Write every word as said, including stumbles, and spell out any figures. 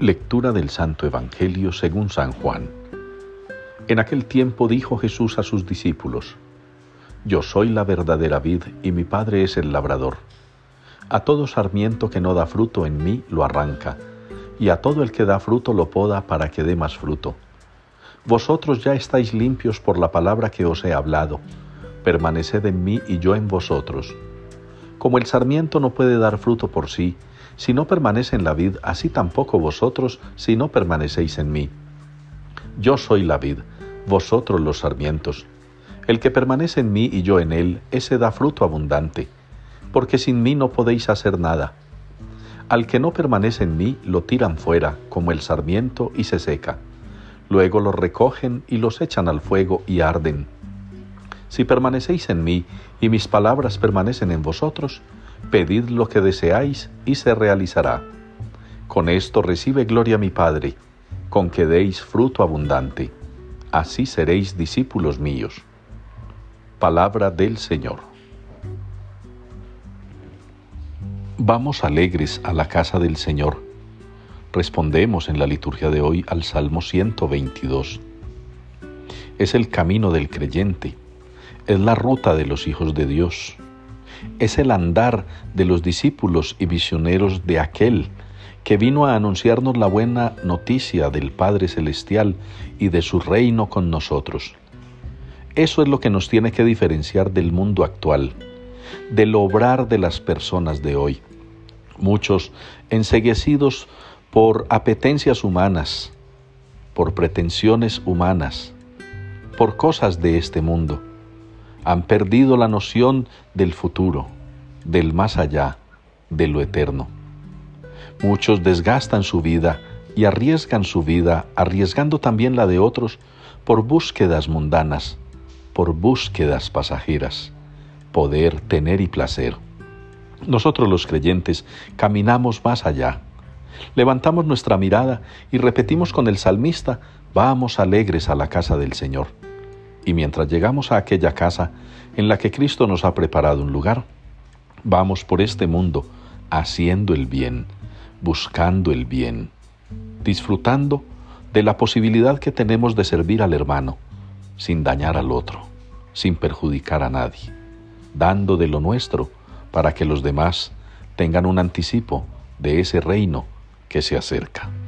Lectura del Santo Evangelio según San Juan. En aquel tiempo dijo Jesús a sus discípulos: Yo soy la verdadera vid y mi Padre es el labrador. A todo sarmiento que no da fruto en mí lo arranca, y a todo el que da fruto lo poda para que dé más fruto. Vosotros ya estáis limpios por la palabra que os he hablado. Permaneced en mí y yo en vosotros. Como el sarmiento no puede dar fruto por sí, si no permanece en la vid, así tampoco vosotros, si no permanecéis en mí. Yo soy la vid, vosotros los sarmientos. El que permanece en mí y yo en él, ese da fruto abundante, porque sin mí no podéis hacer nada. Al que no permanece en mí, lo tiran fuera, como el sarmiento, y se seca. Luego los recogen y los echan al fuego y arden. Si permanecéis en mí, y mis palabras permanecen en vosotros, pedid lo que deseáis y se realizará. Con esto recibe gloria mi Padre, con que deis fruto abundante. Así seréis discípulos míos. Palabra del Señor. Vamos alegres a la casa del Señor. Respondemos en la liturgia de hoy al Salmo ciento veintidós. Es el camino del creyente, es la ruta de los hijos de Dios. Es el andar de los discípulos y misioneros de aquel que vino a anunciarnos la buena noticia del Padre Celestial y de su reino con nosotros. Eso es lo que nos tiene que diferenciar del mundo actual, del obrar de las personas de hoy. Muchos enceguecidos por apetencias humanas, por pretensiones humanas, por cosas de este mundo. Han perdido la noción del futuro, del más allá, de lo eterno. Muchos desgastan su vida y arriesgan su vida, arriesgando también la de otros, por búsquedas mundanas, por búsquedas pasajeras, poder, tener y placer. Nosotros los creyentes caminamos más allá. Levantamos nuestra mirada y repetimos con el salmista: vamos alegres a la casa del Señor. Y mientras llegamos a aquella casa en la que Cristo nos ha preparado un lugar, vamos por este mundo haciendo el bien, buscando el bien, disfrutando de la posibilidad que tenemos de servir al hermano, sin dañar al otro, sin perjudicar a nadie, dando de lo nuestro para que los demás tengan un anticipo de ese reino que se acerca.